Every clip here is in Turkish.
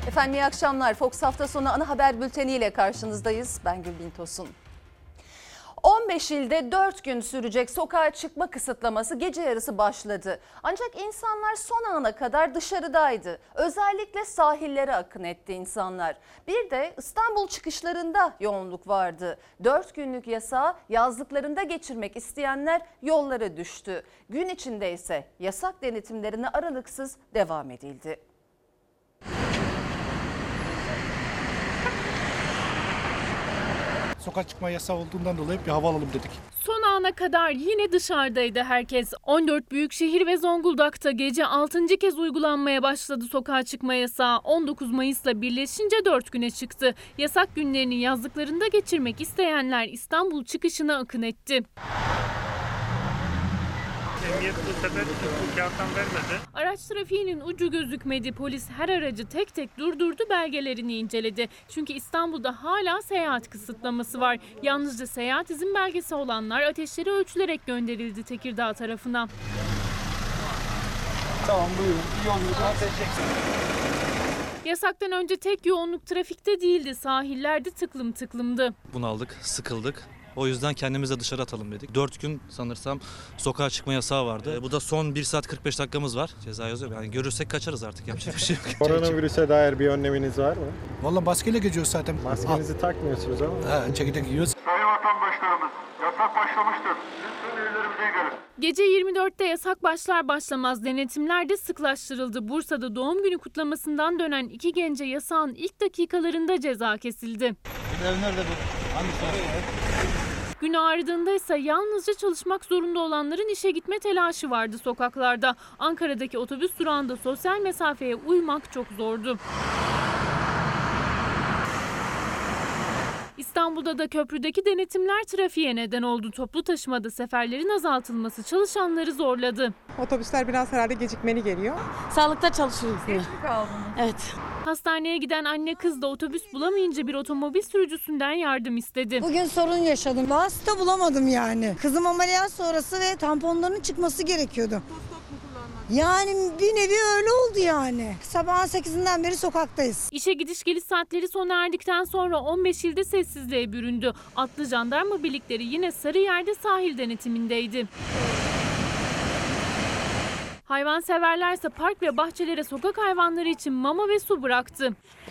Efendim iyi akşamlar. Fox hafta sonu ana haber bülteniyle karşınızdayız. Ben Gülbin Tosun. 15 ilde 4 gün sürecek sokağa çıkma kısıtlaması gece yarısı başladı. Ancak insanlar son ana kadar dışarıdaydı. Özellikle sahillere akın etti insanlar. Bir de İstanbul çıkışlarında yoğunluk vardı. 4 günlük yasağı yazlıklarında geçirmek isteyenler yollara düştü. Gün içinde ise yasak denetimlerine aralıksız devam edildi. Sokağa çıkma yasağı olduğundan dolayı bir hava alalım dedik. Son ana kadar yine dışarıdaydı herkes. 14 büyükşehir ve Zonguldak'ta gece 6. kez uygulanmaya başladı sokağa çıkma yasağı. 19 Mayıs'la birleşince 4 güne çıktı. Yasak günlerini yazlıklarında geçirmek isteyenler İstanbul çıkışına akın etti. Emniyet bu sefer bu kağıttan vermedi. Araç trafiğinin ucu gözükmedi. Polis her aracı tek tek durdurdu, belgelerini inceledi. Çünkü İstanbul'da hala seyahat kısıtlaması var. Yalnızca seyahat izin belgesi olanlar ateşleri ölçülerek gönderildi Tekirdağ tarafına. Tamam buyurun. İyi yolculuklar. Yasaktan önce tek yoğunluk trafikte değildi. Sahillerde tıklım tıklımdı. Bunaldık, sıkıldık. O yüzden kendimize dışarı atalım dedik. 4 gün sanırsam sokağa çıkma yasağı vardı. Bu da son 1 saat 45 dakikamız var. Ceza yazıyor. Yani görürsek kaçarız artık. Yapacak bir şey yok. Koronavirüse dair bir önleminiz var mı? Vallahi maskeyle geziyoruz zaten. Maskenizi takmıyorsunuz ama. Çekirdek yiyoruz. Sayın vatandaşlarımız, yasak başlamıştır. Lütfen evlerimize gelin. Gece 24'te yasak başlar başlamaz denetimler de sıklaştırıldı. Bursa'da doğum günü kutlamasından dönen 2 gence yasağın ilk dakikalarında ceza kesildi. Nerede bu? Hangisi? Gün ağrıdığında ise yalnızca çalışmak zorunda olanların işe gitme telaşı vardı sokaklarda. Ankara'daki otobüs durağında sosyal mesafeye uymak çok zordu. İstanbul'da da köprüdeki denetimler trafiğe neden oldu. Toplu taşımada seferlerin azaltılması çalışanları zorladı. Otobüsler biraz herhalde gecikmeli geliyor. Sağlıkta çalışıyoruz. Geç mi kaldınız? Evet. Hastaneye giden anne kız da otobüs bulamayınca bir otomobil sürücüsünden yardım istedi. Bugün sorun yaşadım. Vasıta bulamadım yani. Kızım ameliyat sonrası ve tamponların çıkması gerekiyordu. Yani bir nevi öyle oldu yani. Sabahın 8'inden beri sokaktayız. İşe gidiş geliş saatleri sona erdikten sonra 15 ilde sessizliğe büründü. Atlı jandarma birlikleri yine Sarıyer'de sahil denetimindeydi. Hayvanseverlerse park ve bahçelere sokak hayvanları için mama ve su bıraktı.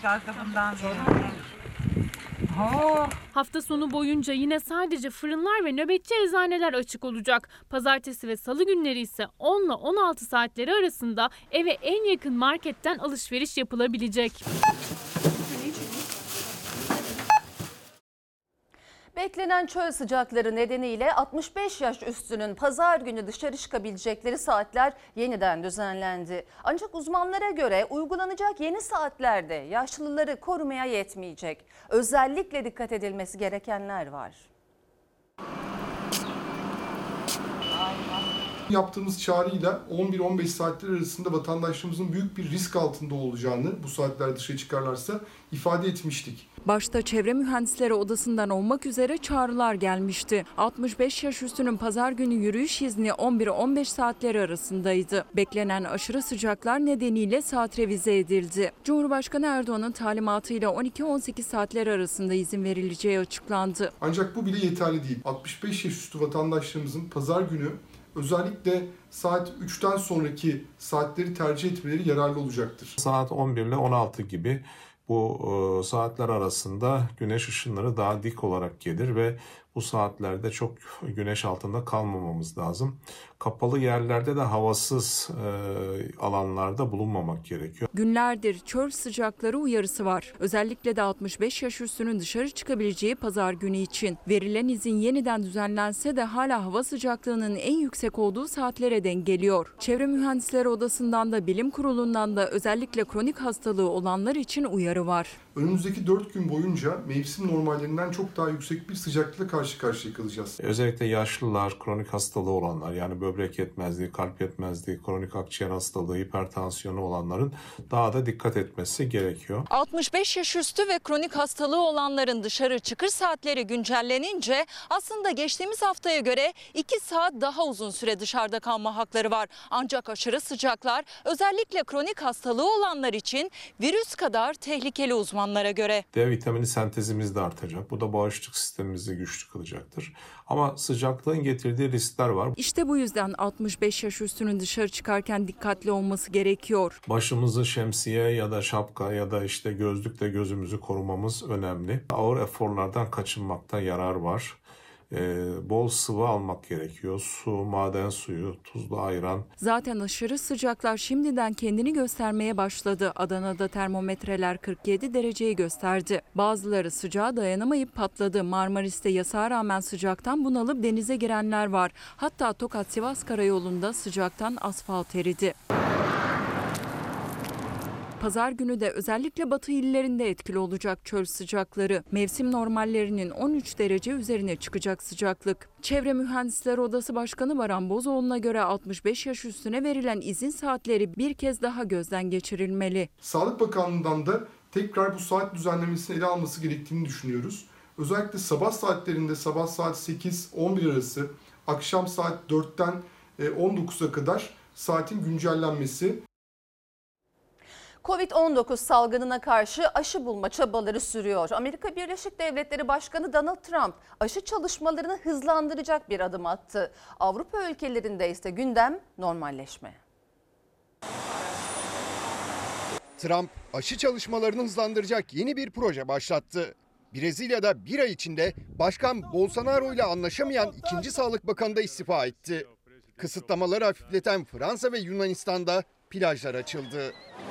Hafta sonu boyunca yine sadece fırınlar ve nöbetçi eczaneler açık olacak. Pazartesi ve salı günleri ise 10 ile 16 saatleri arasında eve en yakın marketten alışveriş yapılabilecek. Beklenen çöl sıcakları nedeniyle 65 yaş üstünün pazar günü dışarı çıkabilecekleri saatler yeniden düzenlendi. Ancak uzmanlara göre uygulanacak yeni saatlerde yaşlıları korumaya yetmeyecek. Özellikle dikkat edilmesi gerekenler var. Yaptığımız çağrıyla 11-15 saatler arasında vatandaşlarımızın büyük bir risk altında olacağını bu saatlerde dışarı çıkarlarsa ifade etmiştik. Başta Çevre Mühendisleri Odası'ndan olmak üzere çağrılar gelmişti. 65 yaş üstünün pazar günü yürüyüş izni 11-15 saatleri arasındaydı. Beklenen aşırı sıcaklar nedeniyle saat revize edildi. Cumhurbaşkanı Erdoğan'ın talimatıyla 12-18 saatler arasında izin verileceği açıklandı. Ancak bu bile yeterli değil. 65 yaş üstü vatandaşlarımızın pazar günü özellikle saat 3'ten sonraki saatleri tercih etmeleri yararlı olacaktır. Saat 11 ile 16 gibi bu saatler arasında güneş ışınları daha dik olarak gelir ve bu saatlerde çok güneş altında kalmamamız lazım. Kapalı yerlerde de havasız alanlarda bulunmamak gerekiyor. Günlerdir çöl sıcakları uyarısı var. Özellikle de 65 yaş üstünün dışarı çıkabileceği pazar günü için. Verilen izin yeniden düzenlense de hala hava sıcaklığının en yüksek olduğu saatlere denk geliyor. Çevre Mühendisleri Odası'ndan da Bilim Kurulu'ndan da özellikle kronik hastalığı olanlar için uyarı var. Önümüzdeki 4 gün boyunca mevsim normallerinden çok daha yüksek bir sıcaklıkla karşı karşı karşıya kalacağız. Özellikle yaşlılar, kronik hastalığı olanlar, yani böbrek yetmezliği, kalp yetmezliği, kronik akciğer hastalığı, hipertansiyonu olanların daha da dikkat etmesi gerekiyor. 65 yaş üstü ve kronik hastalığı olanların dışarı çıkış saatleri güncellenince aslında geçtiğimiz haftaya göre 2 saat daha uzun süre dışarıda kalma hakları var. Ancak aşırı sıcaklar özellikle kronik hastalığı olanlar için virüs kadar tehlikeli uzmanlara göre. D vitamini sentezimiz de artacak. Bu da bağışıklık sistemimizi güçlü kılacaktır. Ama sıcaklığın getirdiği riskler var. İşte bu yüzden 65 yaş üstünün dışarı çıkarken dikkatli olması gerekiyor. Başımızı şemsiye ya da şapka ya da işte gözlükle gözümüzü korumamız önemli. Ağır eforlardan kaçınmakta yarar var. Bol sıvı almak gerekiyor. Su, maden suyu, tuzlu ayran. Zaten aşırı sıcaklar şimdiden kendini göstermeye başladı. Adana'da termometreler 47 dereceyi gösterdi. Bazıları sıcağa dayanamayıp patladı. Marmaris'te yasağa rağmen sıcaktan bunalıp denize girenler var. Hatta Tokat-Sivas karayolunda sıcaktan asfalt eridi. Pazar günü de özellikle batı illerinde etkili olacak çöl sıcakları. Mevsim normallerinin 13 derece üzerine çıkacak sıcaklık. Çevre Mühendisleri Odası Başkanı Baran Bozoğlu'na göre 65 yaş üstüne verilen izin saatleri bir kez daha gözden geçirilmeli. Sağlık Bakanlığı'ndan da tekrar bu saat düzenlemesini ele alması gerektiğini düşünüyoruz. Özellikle sabah saatlerinde sabah saat 8-11 arası, akşam saat 4'ten 19'a kadar saatin güncellenmesi. Covid-19 salgınına karşı aşı bulma çabaları sürüyor. Amerika Birleşik Devletleri Başkanı Donald Trump aşı çalışmalarını hızlandıracak bir adım attı. Avrupa ülkelerinde ise gündem normalleşme. Trump aşı çalışmalarını hızlandıracak yeni bir proje başlattı. Brezilya'da bir ay içinde Başkan Bolsonaro ile anlaşamayan ikinci Sağlık Bakanı da istifa etti. Kısıtlamaları hafifleten Fransa ve Yunanistan'da plajlar açıldı.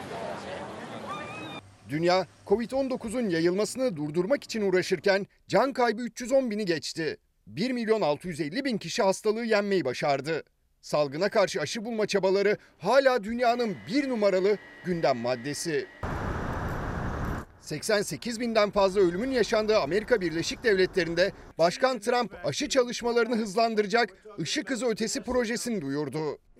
Dünya, Covid-19'un yayılmasını durdurmak için uğraşırken can kaybı 310 bini geçti. 1.650.000 kişi hastalığı yenmeyi başardı. Salgına karşı aşı bulma çabaları hala dünyanın bir numaralı gündem maddesi. 88 binden fazla ölümün yaşandığı Amerika Birleşik Devletleri'nde Başkan Trump aşı çalışmalarını hızlandıracak Işık Hızı Ötesi projesini duyurdu.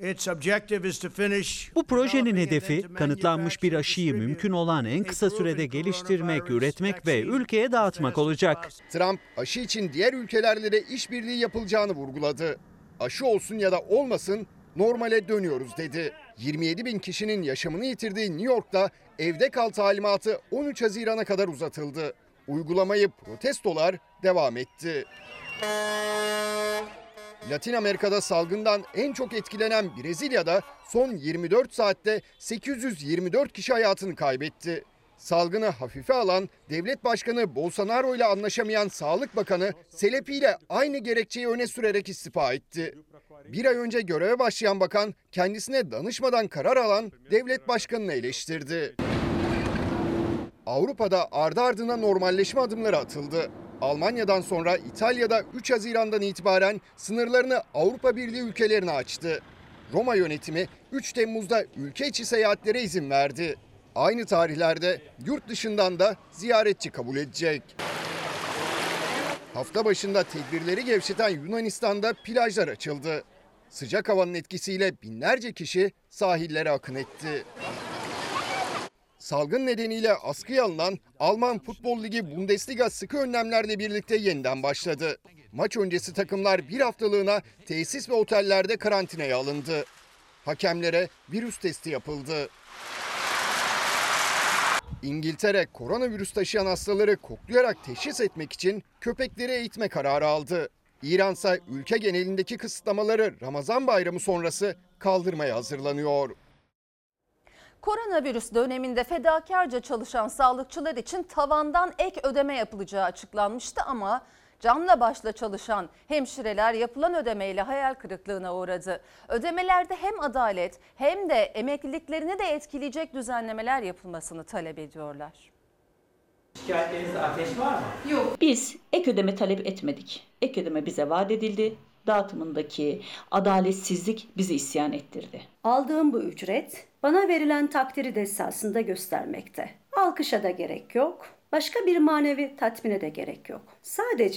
Bu projenin hedefi kanıtlanmış bir aşıyı mümkün olan en kısa sürede geliştirmek, üretmek ve ülkeye dağıtmak olacak. Trump aşı için diğer ülkelerle de işbirliği yapılacağını vurguladı. Aşı olsun ya da olmasın normale dönüyoruz dedi. 27 bin kişinin yaşamını yitirdiği New York'ta evde kal talimatı 13 Haziran'a kadar uzatıldı. Uygulamayı protestolar devam etti. Latin Amerika'da salgından en çok etkilenen Brezilya'da son 24 saatte 824 kişi hayatını kaybetti. Salgını hafife alan devlet başkanı Bolsonaro ile anlaşamayan Sağlık Bakanı Selepi ile aynı gerekçeyi öne sürerek istifa etti. Bir ay önce göreve başlayan bakan kendisine danışmadan karar alan devlet başkanını eleştirdi. Avrupa'da ardı ardına normalleşme adımları atıldı. Almanya'dan sonra İtalya'da 3 Haziran'dan itibaren sınırlarını Avrupa Birliği ülkelerine açtı. Roma yönetimi 3 Temmuz'da ülke içi seyahatlere izin verdi. Aynı tarihlerde yurt dışından da ziyaretçi kabul edecek. Hafta başında tedbirleri gevşeten Yunanistan'da plajlar açıldı. Sıcak havanın etkisiyle binlerce kişi sahillere akın etti. Salgın nedeniyle askıya alınan Alman Futbol Ligi Bundesliga sıkı önlemlerle birlikte yeniden başladı. Maç öncesi takımlar bir haftalığına tesis ve otellerde karantinaya alındı. Hakemlere virüs testi yapıldı. İngiltere koronavirüs taşıyan hastaları koklayarak teşhis etmek için köpekleri eğitme kararı aldı. İran ise ülke genelindeki kısıtlamaları Ramazan bayramı sonrası kaldırmaya hazırlanıyor. Koronavirüs döneminde fedakarca çalışan sağlıkçılar için tavandan ek ödeme yapılacağı açıklanmıştı ama canla başla çalışan hemşireler yapılan ödemeyle hayal kırıklığına uğradı. Ödemelerde hem adalet hem de emekliliklerini de etkileyecek düzenlemeler yapılmasını talep ediyorlar. Şikayetlerinizde ateş var mı? Yok. Biz ek ödeme talep etmedik. Ek ödeme bize vaat edildi. Dağıtımındaki adaletsizlik bizi isyan ettirdi. Aldığım bu ücret bana verilen takdiri de esasında göstermekte. Alkışa da gerek yok. Başka bir manevi tatmine de gerek yok. Sadece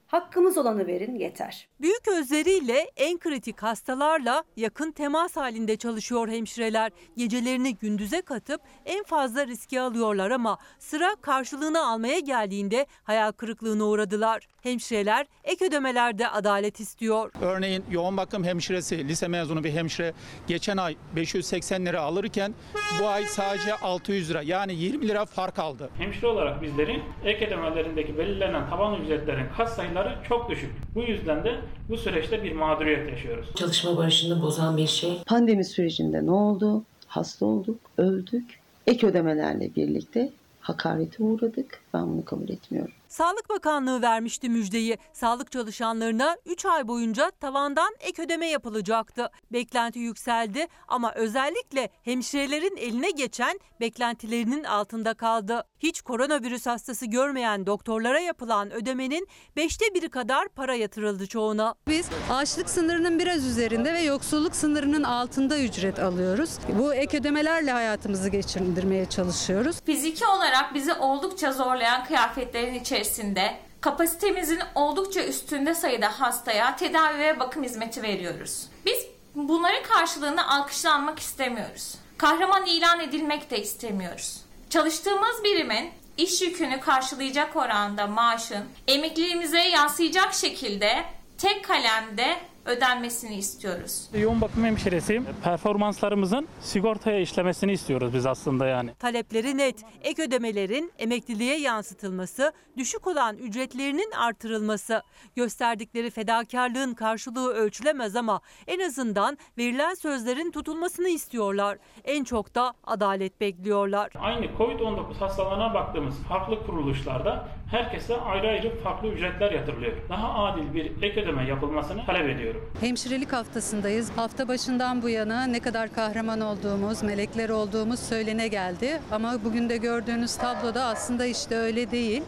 Hakkımız olanı verin yeter. Büyük özleriyle en kritik hastalarla yakın temas halinde çalışıyor hemşireler. Gecelerini gündüze katıp en fazla riski alıyorlar ama sıra karşılığını almaya geldiğinde hayal kırıklığına uğradılar. Hemşireler ek ödemelerde adalet istiyor. Örneğin yoğun bakım hemşiresi, lise mezunu bir hemşire geçen ay 580 lira alırken bu ay sadece 600 lira, yani 20 lira fark aldı. Hemşire olarak bizlerin ek ödemelerindeki belirlenen taban ücretlerin kat sayıları çok düşük. Bu yüzden de bu süreçte bir mağduriyet yaşıyoruz. Çalışma barışını bozan bir şey. Pandemi sürecinde ne oldu? Hasta olduk, öldük. Ek ödemelerle birlikte hakarete uğradık. Ben bunu kabul etmiyorum. Sağlık Bakanlığı vermişti müjdeyi. Sağlık çalışanlarına 3 ay boyunca tavandan ek ödeme yapılacaktı. Beklenti yükseldi ama özellikle hemşirelerin eline geçen beklentilerinin altında kaldı. Hiç koronavirüs hastası görmeyen doktorlara yapılan ödemenin 5'te 1'i kadar para yatırıldı çoğuna. Biz açlık sınırının biraz üzerinde ve yoksulluk sınırının altında ücret alıyoruz. Bu ek ödemelerle hayatımızı geçirmeye çalışıyoruz. Fiziki olarak bizi oldukça zorlayan kıyafetlerin içerisinde kapasitemizin oldukça üstünde sayıda hastaya tedavi ve bakım hizmeti veriyoruz. Biz bunların karşılığında alkışlanmak istemiyoruz. Kahraman ilan edilmek de istemiyoruz. Çalıştığımız birimin iş yükünü karşılayacak oranda maaşın emekliliğimize yansıyacak şekilde tek kalemde ödenmesini istiyoruz. Yoğun bakım hemşiresiyim. Performanslarımızın sigortaya işlemesini istiyoruz biz aslında yani. Talepleri net. Ek ödemelerin emekliliğe yansıtılması, düşük olan ücretlerinin artırılması. Gösterdikleri fedakarlığın karşılığı ölçülemez ama en azından verilen sözlerin tutulmasını istiyorlar. En çok da adalet bekliyorlar. Aynı Covid-19 hastalığına baktığımız farklı kuruluşlarda herkese ayrı ayrı farklı ücretler yatırılıyor. Daha adil bir ek ödeme yapılmasını talep ediyorum. Hemşirelik haftasındayız. Hafta başından bu yana ne kadar kahraman olduğumuz, melekler olduğumuz söylene geldi. Ama bugün de gördüğünüz tabloda aslında işte öyle değil.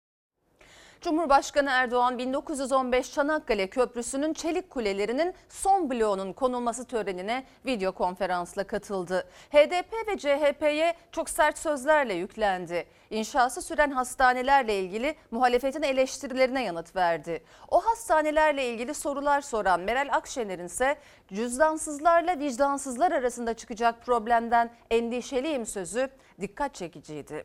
Cumhurbaşkanı Erdoğan 1915 Çanakkale Köprüsü'nün çelik kulelerinin son bloğunun konulması törenine video konferansla katıldı. HDP ve CHP'ye çok sert sözlerle yüklendi. İnşası süren hastanelerle ilgili muhalefetin eleştirilerine yanıt verdi. O hastanelerle ilgili sorular soran Meral Akşener'in ise cüzdansızlarla vicdansızlar arasında çıkacak problemden endişeliyim sözü dikkat çekiciydi.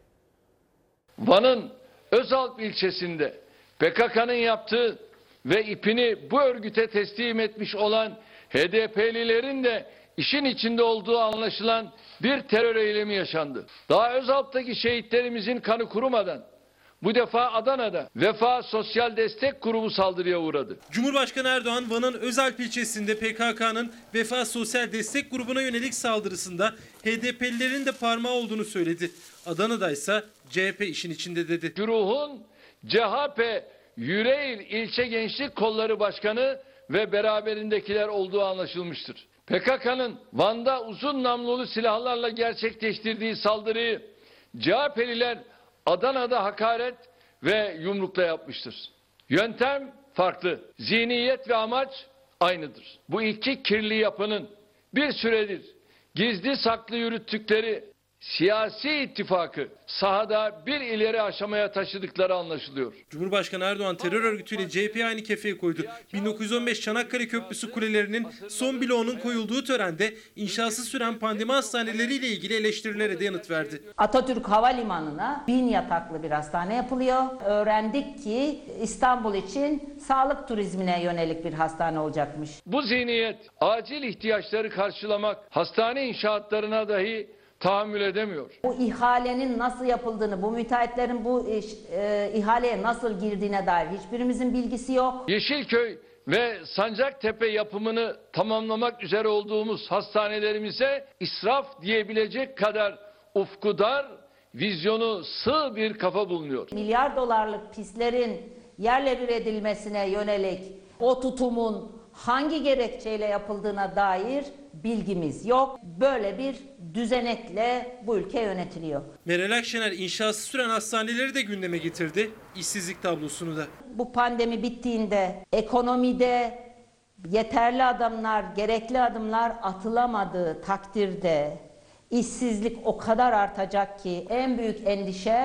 Van'ın Özalp ilçesinde PKK'nın yaptığı ve ipini bu örgüte teslim etmiş olan HDP'lilerin de işin içinde olduğu anlaşılan bir terör eylemi yaşandı. Daha Özalp'taki şehitlerimizin kanı kurumadan bu defa Adana'da Vefa Sosyal Destek Grubu saldırıya uğradı. Cumhurbaşkanı Erdoğan Van'ın Özalp ilçesinde PKK'nın Vefa Sosyal Destek Grubu'na yönelik saldırısında HDP'lilerin de parmağı olduğunu söyledi. Adana'da ise CHP işin içinde dedi. Güruhun CHP Yüreğir İlçe Gençlik Kolları Başkanı ve beraberindekiler olduğu anlaşılmıştır. PKK'nın Van'da uzun namlulu silahlarla gerçekleştirdiği saldırıyı CHP'liler Adana'da hakaret ve yumrukla yapmıştır. Yöntem farklı, zihniyet ve amaç aynıdır. Bu iki kirli yapının bir süredir gizli saklı yürüttükleri siyasi ittifakı sahada bir ileri aşamaya taşıdıkları anlaşılıyor. Cumhurbaşkanı Erdoğan terör örgütüyle CHP'yi aynı kefeye koydu. 1915 Çanakkale Köprüsü kulelerinin son bloğunun koyulduğu törende inşası süren pandemi hastaneleriyle ilgili eleştirilere de yanıt verdi. Atatürk Havalimanı'na 1000 yataklı bir hastane yapılıyor. Öğrendik ki İstanbul için sağlık turizmine yönelik bir hastane olacakmış. Bu zihniyet acil ihtiyaçları karşılamak, hastane inşaatlarına dahi tahammül edemiyor. Bu ihalenin nasıl yapıldığını, bu müteahhitlerin bu ihaleye nasıl girdiğine dair hiçbirimizin bilgisi yok. Yeşilköy ve Sancaktepe yapımını tamamlamak üzere olduğumuz hastanelerimize israf diyebilecek kadar ufku dar, vizyonu sığ bir kafa bulunuyor. Milyar dolarlık pislerin yerle bir edilmesine yönelik o tutumun hangi gerekçeyle yapıldığına dair bilgimiz yok. Böyle bir düzenekle bu ülke yönetiliyor. Meral Akşener inşası süren hastaneleri de gündeme getirdi. İşsizlik tablosunu da. Bu pandemi bittiğinde ekonomide yeterli adımlar, gerekli adımlar atılamadığı takdirde işsizlik o kadar artacak ki en büyük endişem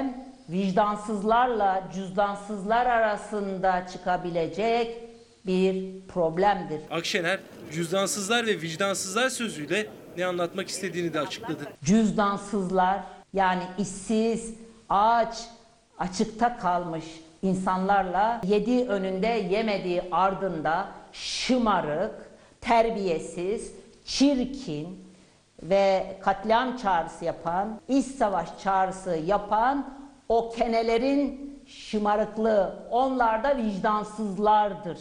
vicdansızlarla cüzdansızlar arasında çıkabilecek bir problemdir. Akşener, cüzdansızlar ve vicdansızlar sözüyle ne anlatmak istediğini de açıkladı. Cüzdansızlar, yani işsiz, aç, açıkta kalmış insanlarla yediği önünde yemediği ardında şımarık, terbiyesiz, çirkin ve katliam çağrısı yapan, iç savaş çağrısı yapan o kenelerin şımarıklığı, onlar da vicdansızlardır.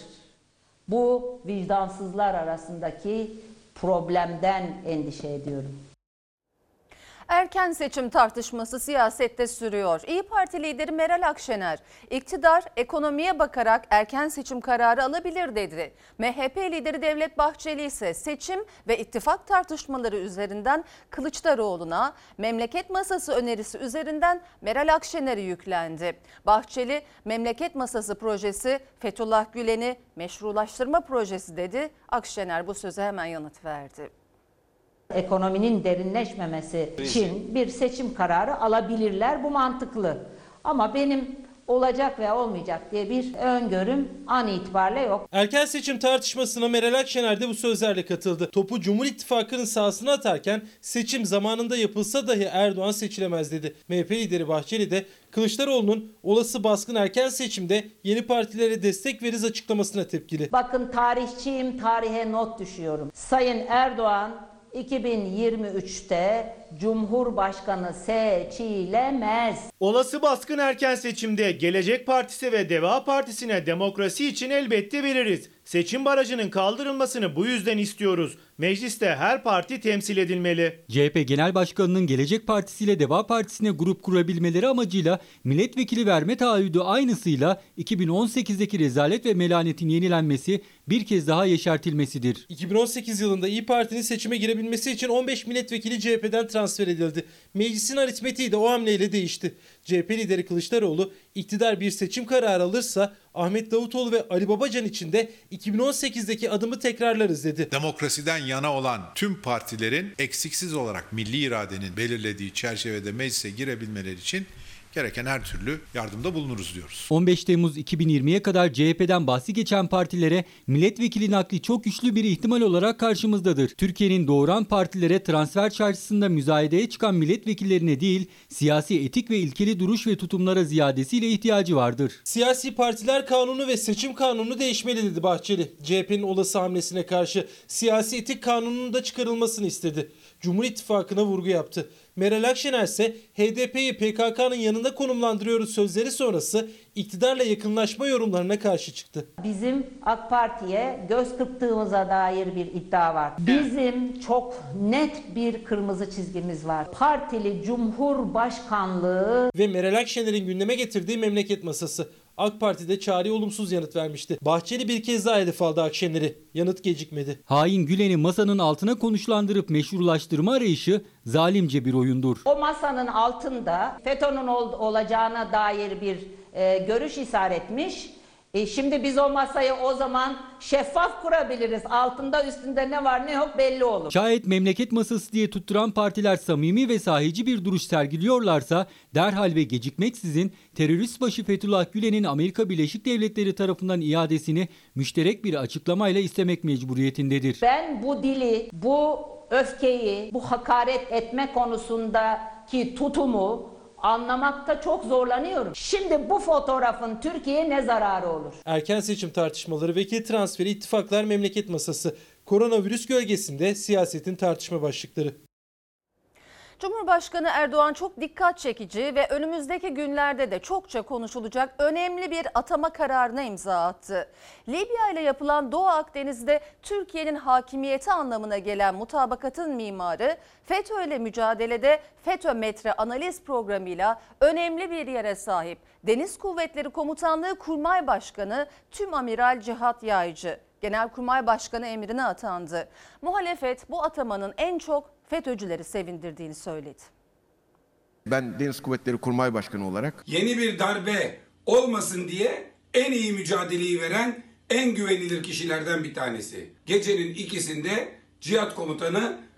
Bu vicdansızlar arasındaki problemden endişe ediyorum. Erken seçim tartışması siyasette sürüyor. İYİ Parti lideri Meral Akşener, iktidar ekonomiye bakarak erken seçim kararı alabilir dedi. MHP lideri Devlet Bahçeli ise seçim ve ittifak tartışmaları üzerinden Kılıçdaroğlu'na, memleket masası önerisi üzerinden Meral Akşener'e yüklendi. Bahçeli, memleket masası projesi Fethullah Gülen'i meşrulaştırma projesi dedi. Akşener bu söze hemen yanıt verdi. Ekonominin derinleşmemesi için bir seçim kararı alabilirler. Bu mantıklı. Ama benim olacak veya olmayacak diye bir öngörüm an itibariyle yok. Erken seçim tartışmasına Meral Akşener de bu sözlerle katıldı. Topu Cumhur İttifakı'nın sahasına atarken seçim zamanında yapılsa dahi Erdoğan seçilemez dedi. MHP lideri Bahçeli de Kılıçdaroğlu'nun olası baskın erken seçimde yeni partilere destek veririz açıklamasına tepkili. Bakın tarihçiyim, tarihe not düşüyorum. Sayın Erdoğan 2023'te Cumhurbaşkanı seçilemez. Olası baskın erken seçimde Gelecek Partisi ve Deva Partisi'ne demokrasi için elbette veririz. Seçim barajının kaldırılmasını bu yüzden istiyoruz. Mecliste her parti temsil edilmeli. CHP Genel Başkanı'nın Gelecek Partisi ile Deva Partisi'ne grup kurabilmeleri amacıyla milletvekili verme taahhüdü aynısıyla 2018'deki rezalet ve melanetin yenilenmesi, bir kez daha yeşertilmesidir. 2018 yılında İYİ Parti'nin seçime girebilmesi için 15 milletvekili CHP'den transfer edildi. Meclisin aritmetiği de o hamleyle değişti. CHP lideri Kılıçdaroğlu, iktidar bir seçim kararı alırsa Ahmet Davutoğlu ve Ali Babacan için de 2018'deki adımı tekrarlarız dedi. Demokrasiden yana olan tüm partilerin eksiksiz olarak milli iradenin belirlediği çerçevede meclise girebilmeleri için gereken her türlü yardımda bulunuruz diyoruz. 15 Temmuz 2020'ye kadar CHP'den bahsi geçen partilere milletvekili nakli çok güçlü bir ihtimal olarak karşımızdadır. Türkiye'nin doğuran partilere transfer çarşısında müzayedeye çıkan milletvekillerine değil, siyasi etik ve ilkeli duruş ve tutumlara ziyadesiyle ihtiyacı vardır. Siyasi partiler kanunu ve seçim kanunu değişmeli dedi Bahçeli. CHP'nin olası hamlesine karşı siyasi etik kanununun da çıkarılmasını istedi. Cumhur İttifakı'na vurgu yaptı. Meral Akşener ise HDP'yi PKK'nın yanında konumlandırıyoruz sözleri sonrası iktidarla yakınlaşma yorumlarına karşı çıktı. Bizim AK Parti'ye göz kırptığımıza dair bir iddia var. Bizim çok net bir kırmızı çizgimiz var. Partili Cumhurbaşkanlığı ve Meral Akşener'in gündeme getirdiği memleket masası. AK Parti'de çağrıya olumsuz yanıt vermişti. Bahçeli bir kez daha hedef aldı Akşener'i. Yanıt gecikmedi. Hain Gülen'i masanın altına konuşlandırıp meşrulaştırma arayışı zalimce bir oyundur. O masanın altında FETÖ'nün olacağına dair bir görüş işaretmiş. Şimdi biz o masayı o zaman şeffaf kurabiliriz. Altında üstünde ne var ne yok belli olur. Şayet memleket masası diye tutturan partiler samimi ve sahici bir duruş sergiliyorlarsa derhal ve gecikmeksizin terörist başı Fethullah Gülen'in Amerika Birleşik Devletleri tarafından iadesini müşterek bir açıklamayla istemek mecburiyetindedir. Ben bu dili, bu öfkeyi, bu hakaret etme konusundaki tutumu anlamakta çok zorlanıyorum. Şimdi bu fotoğrafın Türkiye'ye ne zararı olur? Erken seçim tartışmaları, vekil transferi, ittifaklar, memleket masası, koronavirüs gölgesinde siyasetin tartışma başlıkları. Cumhurbaşkanı Erdoğan çok dikkat çekici ve önümüzdeki günlerde de çokça konuşulacak önemli bir atama kararına imza attı. Libya ile yapılan Doğu Akdeniz'de Türkiye'nin hakimiyeti anlamına gelen mutabakatın mimarı, FETÖ ile mücadelede FETÖ Metre analiz programıyla önemli bir yere sahip Deniz Kuvvetleri Komutanlığı Kurmay Başkanı Tümamiral Cihat Yaycı, Genelkurmay Başkanı emrine atandı. Muhalefet bu atamanın en çok FETÖ'cüleri sevindirdiğini söyledi. Ben Deniz Kuvvetleri Kurmay Başkanı olarak yeni bir darbe olmasın diye en iyi mücadeleyi veren en güvenilir kişilerden bir tanesi. Gecenin ikisinde Cihat Komutanı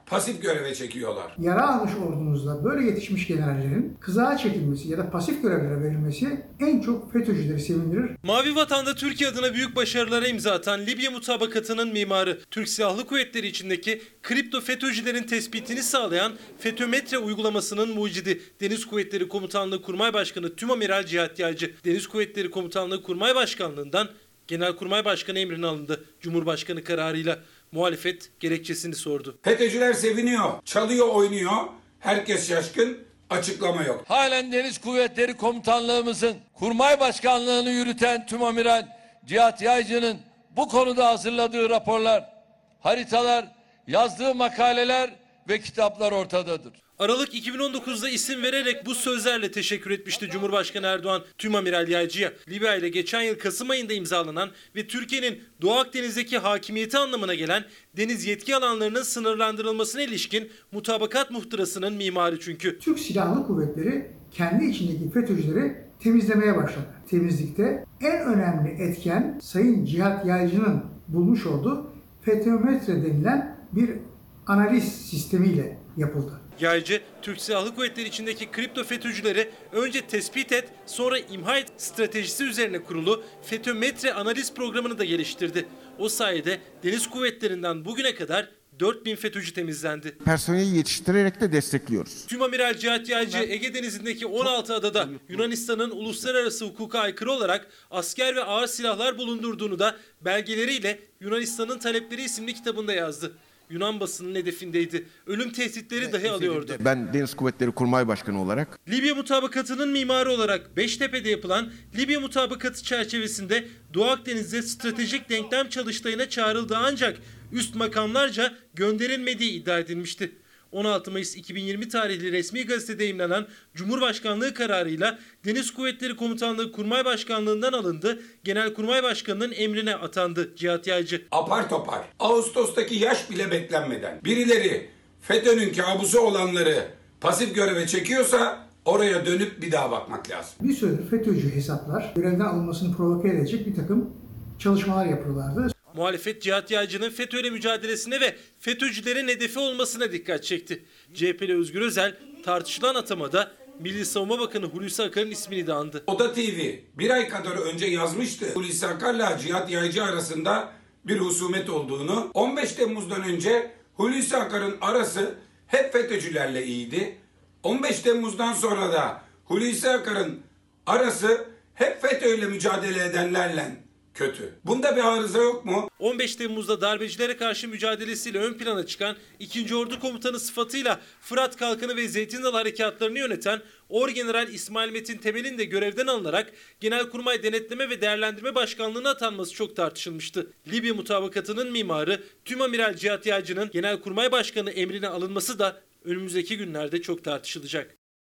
pasif göreve çekiyorlar. Yara almış ordumuzda böyle yetişmiş generallerin kızağa çekilmesi ya da pasif görevlere verilmesi en çok FETÖ'cüleri sevindirir. Mavi Vatan'da Türkiye adına büyük başarılara imza atan Libya mutabakatının mimarı, Türk Silahlı Kuvvetleri içindeki kripto FETÖ'cülerin tespitini sağlayan FETÖmetre uygulamasının mucidi Deniz Kuvvetleri Komutanlığı Kurmay Başkanı Tümamiral Cihat Yaycı, Deniz Kuvvetleri Komutanlığı Kurmay Başkanlığından Genelkurmay Başkanı emrine alındı. Cumhurbaşkanı kararıyla muhalefet gerekçesini sordu. FETÖ'cüler seviniyor, çalıyor, oynuyor. Herkes şaşkın, açıklama yok. Halen Deniz Kuvvetleri Komutanlığımızın Kurmay Başkanlığını yürüten Tümamiral Cihat Yaycı'nın bu konuda hazırladığı raporlar, haritalar, yazdığı makaleler ve kitaplar ortadadır. Aralık 2019'da isim vererek bu sözlerle teşekkür etmişti Cumhurbaşkanı Erdoğan Tümamiral Yaycı'ya. Libya ile geçen yıl Kasım ayında imzalanan ve Türkiye'nin Doğu Akdeniz'deki hakimiyeti anlamına gelen deniz yetki alanlarının sınırlandırılmasına ilişkin mutabakat muhtırasının mimarı çünkü. Türk Silahlı Kuvvetleri kendi içindeki FETÖ'cüleri temizlemeye başladı. Temizlikte en önemli etken Sayın Cihat Yaycı'nın bulmuş olduğu FETÖmetre denilen bir analiz sistemiyle yapıldı. Yaycı, Türk Silahlı Kuvvetleri içindeki kripto FETÖ'cüleri önce tespit et, sonra imha et stratejisi üzerine kurulu FETÖmetre analiz programını da geliştirdi. O sayede Deniz Kuvvetleri'nden bugüne kadar 4000 FETÖ'cü temizlendi. Personeli yetiştirerek de destekliyoruz. Tümamiral Cihat Yaycı, Ege Denizi'ndeki 16 adada Yunanistan'ın uluslararası hukuka aykırı olarak asker ve ağır silahlar bulundurduğunu da belgeleriyle Yunanistan'ın Talepleri isimli kitabında yazdı. Yunan basının hedefindeydi. Ölüm tehditleri dahi alıyordu. Ben Deniz Kuvvetleri Kurmay Başkanı olarak Libya mutabakatının mimarı olarak Beştepe'de yapılan Libya mutabakatı çerçevesinde Doğu Akdeniz'de stratejik denklem çalıştayına çağrıldı ancak üst makamlarca gönderilmediği iddia edilmişti. 16 Mayıs 2020 tarihli resmi gazetede yayımlanan Cumhurbaşkanlığı kararıyla Deniz Kuvvetleri Komutanlığı Kurmay Başkanlığından alındı, Genelkurmay Başkanı'nın emrine atandı Cihat Yaycı. Apar topar, Ağustos'taki yaş bile beklenmeden birileri FETÖ'nün kabusu olanları pasif göreve çekiyorsa oraya dönüp bir daha bakmak lazım. Bir süredir FETÖ'cü hesaplar görevden alınmasını provoke edecek bir takım çalışmalar yapıyorlardı. Muhalefet Cihat Yaycı'nın FETÖ'yle mücadelesine ve FETÖ'cülerin hedefi olmasına dikkat çekti. CHP'li Özgür Özel tartışılan atamada Milli Savunma Bakanı Hulusi Akar'ın ismini de andı. Oda TV bir ay kadar önce yazmıştı Hulusi Akar'la Cihat Yaycı arasında bir husumet olduğunu. 15 Temmuz'dan önce Hulusi Akar'ın arası hep FETÖ'cülerle iyiydi. 15 Temmuz'dan sonra da Hulusi Akar'ın arası hep FETÖ'yle mücadele edenlerle kötü. Bunda bir arıza yok mu? 15 Temmuz'da darbecilere karşı mücadelesiyle ön plana çıkan 2. Ordu Komutanı sıfatıyla Fırat Kalkanı ve Zeytin Dalı harekatlarını yöneten Orgeneral İsmail Metin Temel'in de görevden alınarak Genelkurmay Denetleme ve Değerlendirme Başkanlığı'na atanması çok tartışılmıştı. Libya mutabakatının mimarı Tümamiral Cihat Yaycı'nın Genelkurmay Başkanı emrine alınması da önümüzdeki günlerde çok tartışılacak.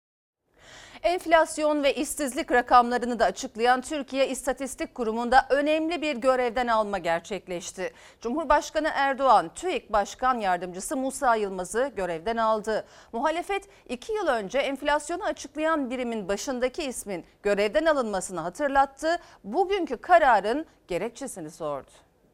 Enflasyon ve işsizlik rakamlarını da açıklayan Türkiye İstatistik Kurumu'nda önemli bir görevden alma gerçekleşti. Cumhurbaşkanı Erdoğan, TÜİK Başkan Yardımcısı Musa Yılmaz'ı görevden aldı. Muhalefet 2 yıl önce enflasyonu açıklayan birimin başındaki ismin görevden alınmasını hatırlattı. Bugünkü kararın gerekçesini sordu.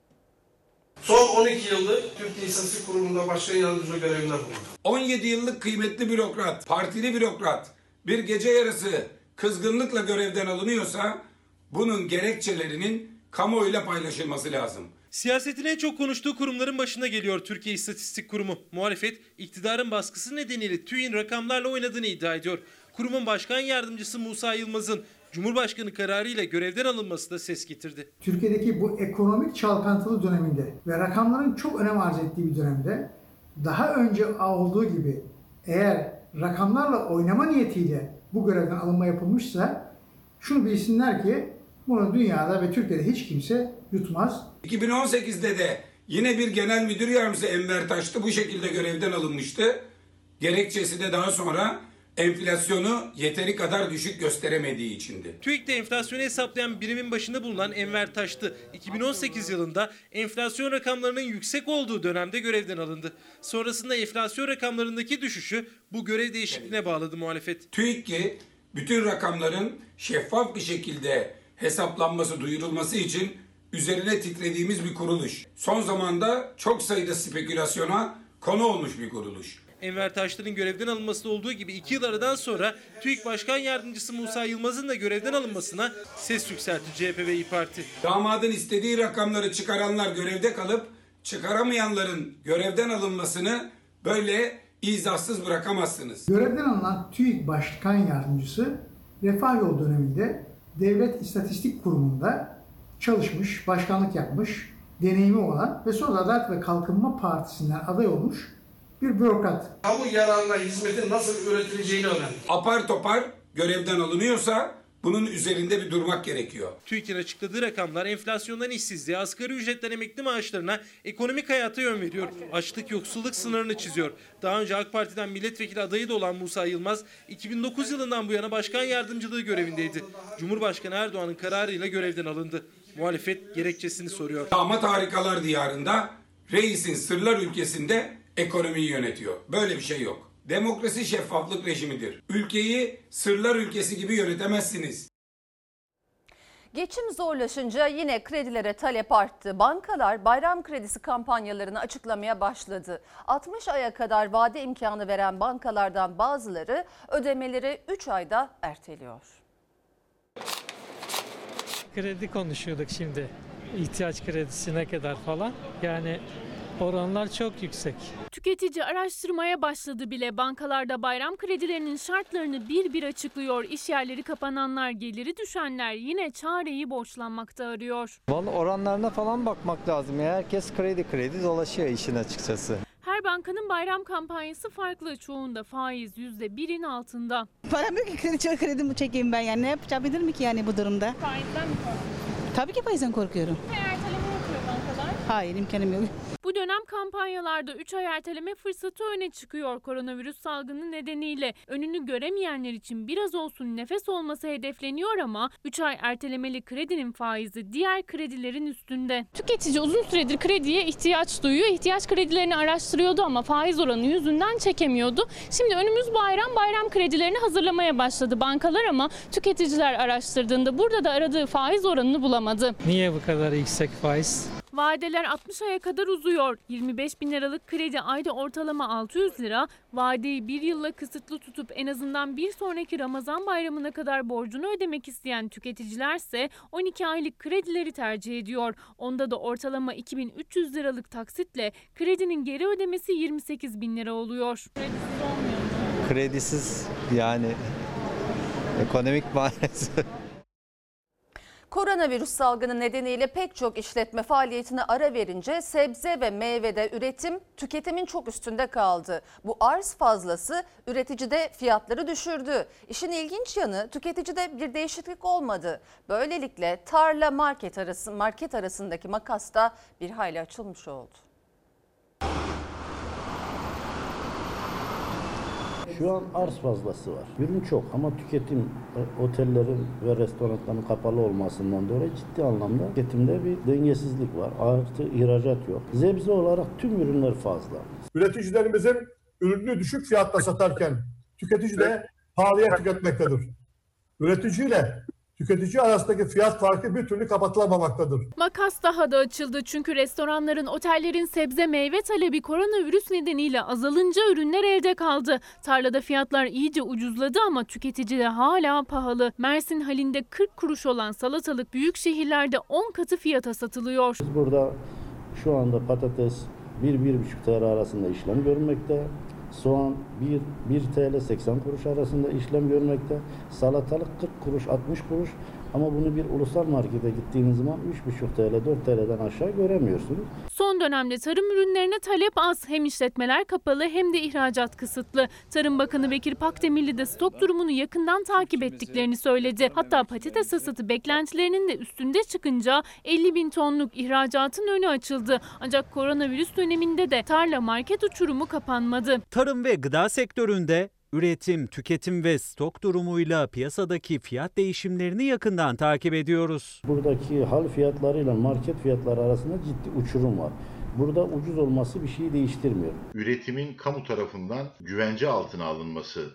Son 12 yıldır Türkiye İstatistik Kurumu'nda başkan yardımcısı görevinde bulundu. 17 yıllık kıymetli bürokrat, partili bürokrat bir gece yarısı kızgınlıkla görevden alınıyorsa bunun gerekçelerinin kamuoyuyla paylaşılması lazım. Siyasetin en çok konuştuğu kurumların başına geliyor Türkiye İstatistik Kurumu. Muhalefet iktidarın baskısı nedeniyle TÜİK'in rakamlarla oynadığını iddia ediyor. Kurumun başkan yardımcısı Musa Yılmaz'ın Cumhurbaşkanı kararıyla görevden alınması da ses getirdi. Türkiye'deki bu ekonomik çalkantılı döneminde ve rakamların çok önem arz ettiği bir dönemde daha önce olduğu gibi eğer rakamlarla oynama niyetiyle bu görevden alınma yapılmışsa şunu bilsinler ki bunu dünyada ve Türkiye'de hiç kimse yutmaz. 2018'de de yine bir genel müdür yardımcısı Enver Taş'tı bu şekilde görevden alınmıştı. Gerekçesi de daha sonra enflasyonu yeteri kadar düşük gösteremediği içindi. TÜİK'te enflasyonu hesaplayan birimin başında bulunan Enver Taş'tı. 2018 yılında enflasyon rakamlarının yüksek olduğu dönemde görevden alındı. Sonrasında enflasyon rakamlarındaki düşüşü bu görev değişikliğine bağladı muhalefet. TÜİK ki bütün rakamların şeffaf bir şekilde hesaplanması, duyurulması için üzerine titrediğimiz bir kuruluş. Son zamanda çok sayıda spekülasyona konu olmuş bir kuruluş. Enver Taşdır'ın görevden alınması olduğu gibi 2 yıl aradan sonra TÜİK Başkan Yardımcısı Musa Yılmaz'ın da görevden alınmasına ses yükseltti CHP ve İYİ Parti. Damadın istediği rakamları çıkaranlar görevde kalıp çıkaramayanların görevden alınmasını böyle izahsız bırakamazsınız. Görevden alınan TÜİK Başkan Yardımcısı Refah Yolu döneminde Devlet İstatistik Kurumu'nda çalışmış, başkanlık yapmış, deneyimi olan ve sonra Adalet ve Kalkınma Partisi'nden aday olmuş bir bürokrat. Kamu yararına hizmetin nasıl üretileceğini öğrendi. Apar topar görevden alınıyorsa bunun üzerinde bir durmak gerekiyor. TÜİK'in açıkladığı rakamlar enflasyondan işsizliğe, asgari ücretten emekli maaşlarına, ekonomik hayata yön veriyor. Açlık, yoksulluk sınırını çiziyor. Daha önce AK Parti'den milletvekili adayı da olan Musa Yılmaz, 2009 yılından bu yana başkan yardımcılığı görevindeydi. Cumhurbaşkanı Erdoğan'ın kararıyla görevden alındı. Muhalefet gerekçesini soruyor. Damat harikalar diyarında, reisin sırlar ülkesinde ekonomiyi yönetiyor. Böyle bir şey yok. Demokrasi şeffaflık rejimidir. Ülkeyi sırlar ülkesi gibi yönetemezsiniz. Geçim zorlaşınca yine kredilere talep arttı. Bankalar bayram kredisi kampanyalarını açıklamaya başladı. 60 aya kadar vade imkanı veren bankalardan bazıları ödemeleri 3 ayda erteliyor. Kredi konuşuyorduk şimdi. İhtiyaç kredisi ne kadar falan. Yani oranlar çok yüksek. Tüketici araştırmaya başladı bile. Bankalarda bayram kredilerinin şartlarını bir bir açıklıyor. İş yerleri kapananlar, geliri düşenler yine çareyi borçlanmakta arıyor. Vallahi oranlarına falan bakmak lazım. Herkes kredi dolaşıyor işin açıkçası. Her bankanın bayram kampanyası farklı. Çoğunda faiz %1'in altında. Param yok ki kredi mi çekeyim ben, yani ne yapabilirim ki yani bu durumda? Faizden mi korkuyorsun? Tabii ki faizden korkuyorum. Erteleme yapıyor bankalar. Hayır, imkanım yok. Bu dönem kampanyalarda 3 ay erteleme fırsatı öne çıkıyor. Koronavirüs salgını nedeniyle önünü göremeyenler için biraz olsun nefes olması hedefleniyor ama 3 ay ertelemeli kredinin faizi diğer kredilerin üstünde. Tüketici uzun süredir krediye ihtiyaç duyuyor. İhtiyaç kredilerini araştırıyordu ama faiz oranı yüzünden çekemiyordu. Şimdi önümüz bayram kredilerini hazırlamaya başladı bankalar ama tüketiciler araştırdığında burada da aradığı faiz oranını bulamadı. Niye bu kadar yüksek faiz? Vadeler 60 aya kadar uzuyor. 25 bin liralık kredi ayda ortalama 600 lira. Vadeyi bir yılla kısıtlı tutup en azından bir sonraki Ramazan bayramına kadar borcunu ödemek isteyen tüketicilerse 12 aylık kredileri tercih ediyor. Onda da ortalama 2300 liralık taksitle kredinin geri ödemesi 28 bin lira oluyor. Kredisiz olmuyor mu? Kredisiz yani ekonomik maalesef. Koronavirüs salgını nedeniyle pek çok işletme faaliyetine ara verince sebze ve meyvede tüketimin çok üstünde kaldı. Bu arz fazlası üreticide fiyatları düşürdü. İşin ilginç yanı tüketicide bir değişiklik olmadı. Böylelikle tarla market arasındaki makas da bir hayli açılmış oldu. Şu an arz fazlası var. Ürün çok ama tüketim otellerin ve restoranların kapalı olmasından dolayı ciddi anlamda tüketimde bir dengesizlik var. Artı ihracat yok. Sebze olarak tüm ürünler fazla. Üreticilerimizin ürünü düşük fiyatta satarken tüketici de pahalıya tüketmektedir. Üreticiyle tüketici arasındaki fiyat farkı bir türlü kapatılamamaktadır. Makas daha da açıldı çünkü restoranların, otellerin sebze meyve talebi koronavirüs nedeniyle azalınca ürünler elde kaldı. Tarlada fiyatlar iyice ucuzladı ama tüketicide hala pahalı. Mersin halinde 40 kuruş olan salatalık büyük şehirlerde 10 katı fiyata satılıyor. Biz burada şu anda patates 1-1,5 TL arasında işlem görmekte. Soğan 1 TL 80 kuruş arasında işlem görmekte. Salatalık 40 kuruş 60 kuruş ama bunu bir ulusal markete gittiğiniz zaman 3,5 TL 4 TL'den aşağı göremiyorsunuz. Son dönemde tarım ürünlerine talep az. Hem işletmeler kapalı hem de ihracat kısıtlı. Tarım Bakanı Bekir Pakdemirli de stok durumunu yakından takip ettiklerini söyledi. Hatta patates hasatı beklentilerinin de üstünde çıkınca 50 bin tonluk ihracatın önü açıldı. Ancak koronavirüs döneminde de tarla market uçurumu kapanmadı. Tarım ve gıda sektöründe üretim, tüketim ve stok durumuyla piyasadaki fiyat değişimlerini yakından takip ediyoruz. Buradaki hal fiyatlarıyla market fiyatları arasında ciddi uçurum var. Burada ucuz olması bir şeyi değiştirmiyor. Üretimin kamu tarafından güvence altına alınması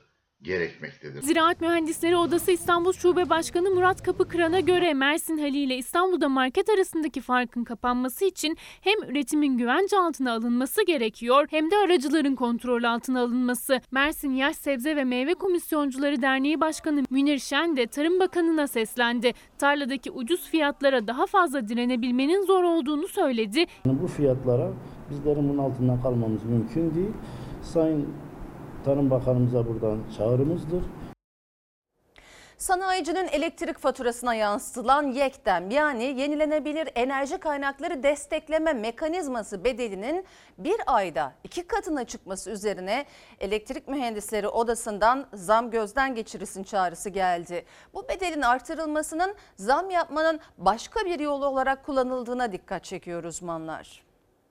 gerekmektedir. Ziraat Mühendisleri Odası İstanbul Şube Başkanı Murat Kapıkıran'a göre Mersin Hali ile İstanbul'da market arasındaki farkın kapanması için hem üretimin güvence altına alınması gerekiyor hem de aracıların kontrol altına alınması. Mersin Yaş Sebze ve Meyve Komisyoncuları Derneği Başkanı Münir Şen de Tarım Bakanı'na seslendi. Tarladaki ucuz fiyatlara daha fazla direnebilmenin zor olduğunu söyledi. Bu fiyatlara bizlerin bunun altından kalmamız mümkün değil. Sayın Tarım Bakanımıza buradan çağrımızdır. Sanayicinin elektrik faturasına yansıtılan YEKDEM yani yenilenebilir enerji kaynakları destekleme mekanizması bedelinin bir ayda 2 katına çıkması üzerine Elektrik Mühendisleri Odası'ndan zam gözden geçirilsin çağrısı geldi. Bu bedelin artırılmasının zam yapmanın başka bir yolu olarak kullanıldığına dikkat çekiyor uzmanlar.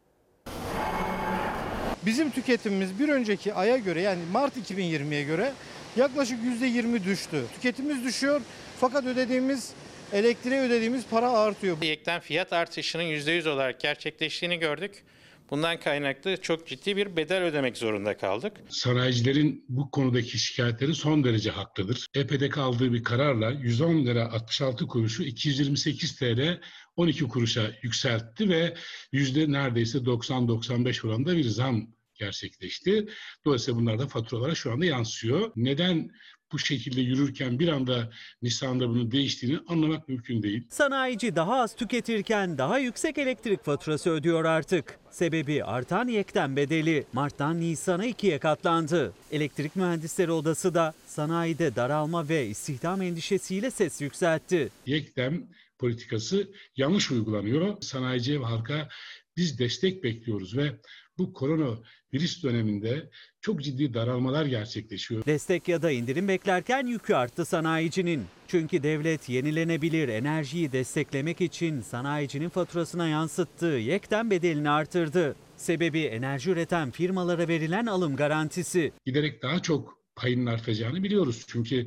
Bizim tüketimimiz bir önceki aya göre yani Mart 2020'ye göre yaklaşık %20 düştü. Tüketimimiz düşüyor fakat elektriğe ödediğimiz para artıyor. YEK'ten fiyat artışının %100 olarak gerçekleştiğini gördük. Bundan kaynaklı çok ciddi bir bedel ödemek zorunda kaldık. Sanayicilerin bu konudaki şikayetleri son derece haklıdır. EP'de aldığı bir kararla 110 lira 66 kuruşu 228 TL 12 kuruşa yükseltti ve neredeyse 90-95 oranında bir zam gerçekleşti. Dolayısıyla bunlar da faturalara şu anda yansıyor. Neden bu şekilde yürürken bir anda Nisan'da bunun değiştiğini anlamak mümkün değil. Sanayici daha az tüketirken daha yüksek elektrik faturası ödüyor artık. Sebebi artan YEKDEM bedeli Mart'tan Nisan'a 2'ye katlandı. Elektrik Mühendisleri Odası da sanayide daralma ve istihdam endişesiyle ses yükseltti. YEKDEM politikası yanlış uygulanıyor. Sanayici ve halka biz destek bekliyoruz ve bu koronavirüs döneminde çok ciddi daralmalar gerçekleşiyor. Destek ya da indirim beklerken yükü arttı sanayicinin. Çünkü devlet yenilenebilir enerjiyi desteklemek için sanayicinin faturasına yansıttığı YEKDEM bedelini artırdı. Sebebi enerji üreten firmalara verilen alım garantisi. Giderek daha çok payının artacağını biliyoruz. Çünkü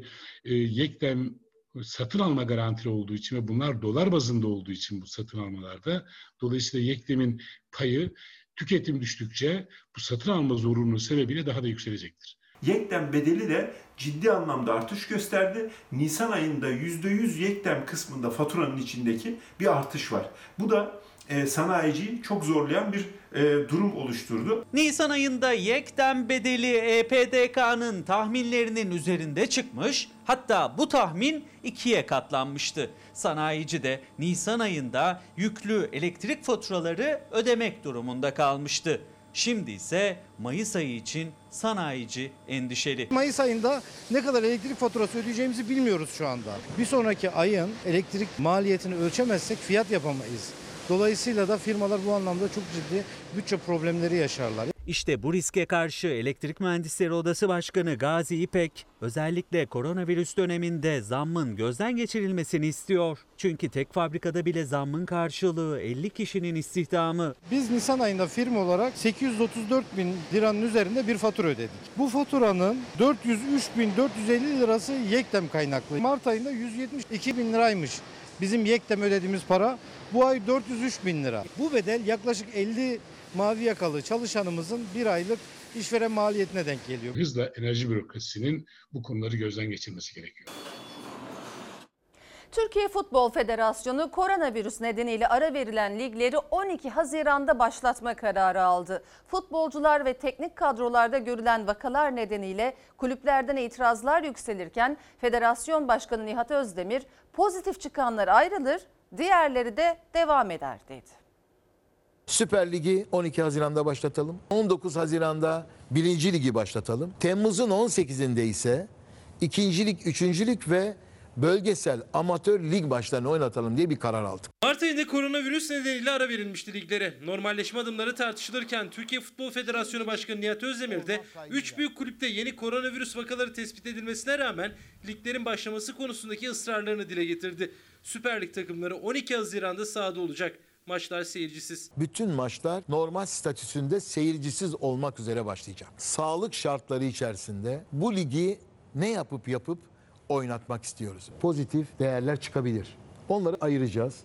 YEKDEM satın alma garantili olduğu için ve bunlar dolar bazında olduğu için bu satın almalarda. Dolayısıyla YEKDEM'in payı tüketim düştükçe bu satın alma zorunluluğu sebebiyle daha da yükselecektir. YEKDEM bedeli de ciddi anlamda artış gösterdi. Nisan ayında %100 YEKDEM kısmında faturanın içindeki bir artış var. Bu da sanayiciyi çok zorlayan bir durum oluşturdu. Nisan ayında YEKDEM bedeli EPDK'nın tahminlerinin üzerinde çıkmış, hatta bu tahmin 2'ye katlanmıştı. Sanayici de Nisan ayında yüklü elektrik faturaları ödemek durumunda kalmıştı. Şimdi ise Mayıs ayı için sanayici endişeli. Mayıs ayında ne kadar elektrik faturası ödeyeceğimizi bilmiyoruz şu anda. Bir sonraki ayın elektrik maliyetini ölçemezsek fiyat yapamayız. Dolayısıyla da firmalar bu anlamda çok ciddi bütçe problemleri yaşarlar. İşte bu riske karşı Elektrik Mühendisleri Odası Başkanı Gazi İpek özellikle koronavirüs döneminde zammın gözden geçirilmesini istiyor. Çünkü tek fabrikada bile zammın karşılığı 50 kişinin istihdamı. Biz Nisan ayında firma olarak 834 bin liranın üzerinde bir fatura ödedik. Bu faturanın 403.450 lirası YEKDEM kaynaklı. Mart ayında 172 bin liraymış bizim YEKDEM ödediğimiz para. Bu ay 403 bin lira. Bu bedel yaklaşık 50 mavi yakalı çalışanımızın bir aylık işveren maliyetine denk geliyor. Hızla enerji bürokrasisinin bu konuları gözden geçirmesi gerekiyor. Türkiye Futbol Federasyonu koronavirüs nedeniyle ara verilen ligleri 12 Haziran'da başlatma kararı aldı. Futbolcular ve teknik kadrolarda görülen vakalar nedeniyle kulüplerden itirazlar yükselirken Federasyon Başkanı Nihat Özdemir pozitif çıkanlar ayrılır, diğerleri de devam eder dedi. Süper Ligi 12 Haziran'da başlatalım. 19 Haziran'da 1. Ligi başlatalım. Temmuz'un 18'inde ise 2. Lig, 3. Lig ve bölgesel amatör lig maçlarını oynatalım diye bir karar aldık. Mart ayında koronavirüs nedeniyle ara verilmişti liglere. Normalleşme adımları tartışılırken Türkiye Futbol Federasyonu Başkanı Nihat Özdemir de 3 büyük kulüpte yeni koronavirüs vakaları tespit edilmesine rağmen liglerin başlaması konusundaki ısrarlarını dile getirdi. Süper Lig takımları 12 Haziran'da sahada olacak. Maçlar seyircisiz. Bütün maçlar normal statüsünde seyircisiz olmak üzere başlayacak. Sağlık şartları içerisinde bu ligi ne yapıp oynatmak istiyoruz. Pozitif değerler çıkabilir. Onları ayıracağız.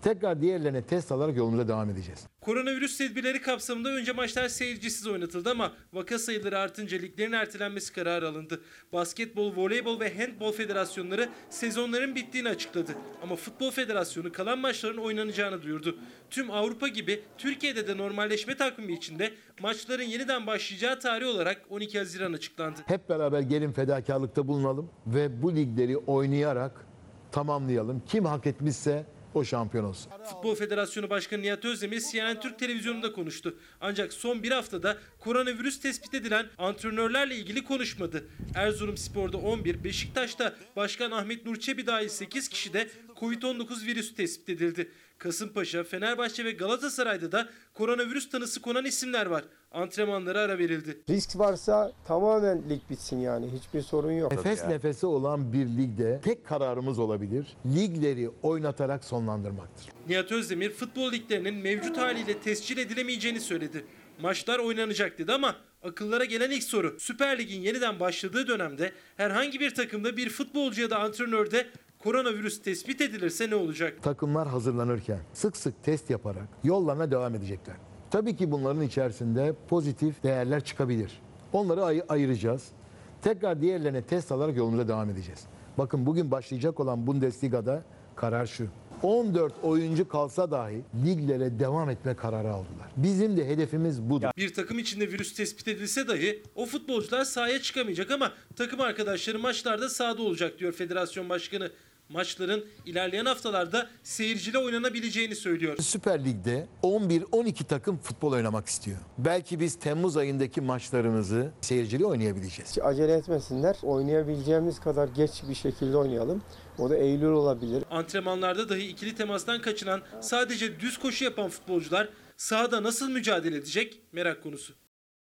Tekrar diğerlerine test alarak yolumuza devam edeceğiz. Koronavirüs tedbirleri kapsamında önce maçlar seyircisiz oynatıldı ama vaka sayıları artınca liglerin ertelenmesi kararı alındı. Basketbol, voleybol ve handbol federasyonları sezonların bittiğini açıkladı. Ama Futbol Federasyonu kalan maçların oynanacağını duyurdu. Tüm Avrupa gibi Türkiye'de de normalleşme takvimi içinde maçların yeniden başlayacağı tarih olarak 12 Haziran açıklandı. Hep beraber gelin fedakarlıkta bulunalım ve bu ligleri oynayarak tamamlayalım. Kim hak etmişse o şampiyon olsun. Futbol Federasyonu Başkanı Nihat Özdemir CNN Türk televizyonunda konuştu. Ancak son bir haftada koronavirüs tespit edilen antrenörlerle ilgili konuşmadı. Erzurumspor'da 11, Beşiktaş'ta Başkan Ahmet Nur Çebi dahil 8 kişide Covid-19 virüsü tespit edildi. Kasımpaşa, Fenerbahçe ve Galatasaray'da da koronavirüs tanısı konan isimler var. Antrenmanlara ara verildi. Risk varsa tamamen lig bitsin yani. Hiçbir sorun yok. Nefes nefese olan bir ligde tek kararımız olabilir. Ligleri oynatarak sonlandırmaktır. Nihat Özdemir futbol liglerinin mevcut haliyle tescil edilemeyeceğini söyledi. Maçlar oynanacak dedi ama akıllara gelen ilk soru Süper Lig'in yeniden başladığı dönemde herhangi bir takımda bir futbolcu ya da antrenörde koronavirüs tespit edilirse ne olacak? Takımlar hazırlanırken sık sık test yaparak yollarına devam edecekler. Tabii ki bunların içerisinde pozitif değerler çıkabilir. Onları ayıracağız. Tekrar diğerlerine test alarak yolumuza devam edeceğiz. Bakın bugün başlayacak olan Bundesliga'da karar şu. 14 oyuncu kalsa dahi liglere devam etme kararı aldılar. Bizim de hedefimiz budur. Bir takım içinde virüs tespit edilse dahi o futbolcular sahaya çıkamayacak ama takım arkadaşları maçlarda sahada olacak diyor Federasyon Başkanı. Maçların ilerleyen haftalarda seyirciyle oynanabileceğini söylüyor. Süper Lig'de 11-12 takım futbol oynamak istiyor. Belki biz Temmuz ayındaki maçlarımızı seyirciyle oynayabileceğiz. Hiç acele etmesinler. Oynayabileceğimiz kadar geç bir şekilde oynayalım. O da Eylül olabilir. Antrenmanlarda dahi ikili temastan kaçınan sadece düz koşu yapan futbolcular sahada nasıl mücadele edecek merak konusu.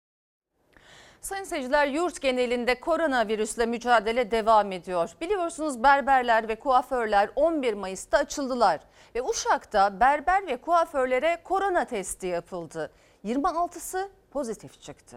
Sayın seyirciler, yurt genelinde koronavirüsle mücadele devam ediyor. Biliyorsunuz berberler ve kuaförler 11 Mayıs'ta açıldılar. Ve Uşak'ta berber ve kuaförlere korona testi yapıldı. 26'sı pozitif çıktı.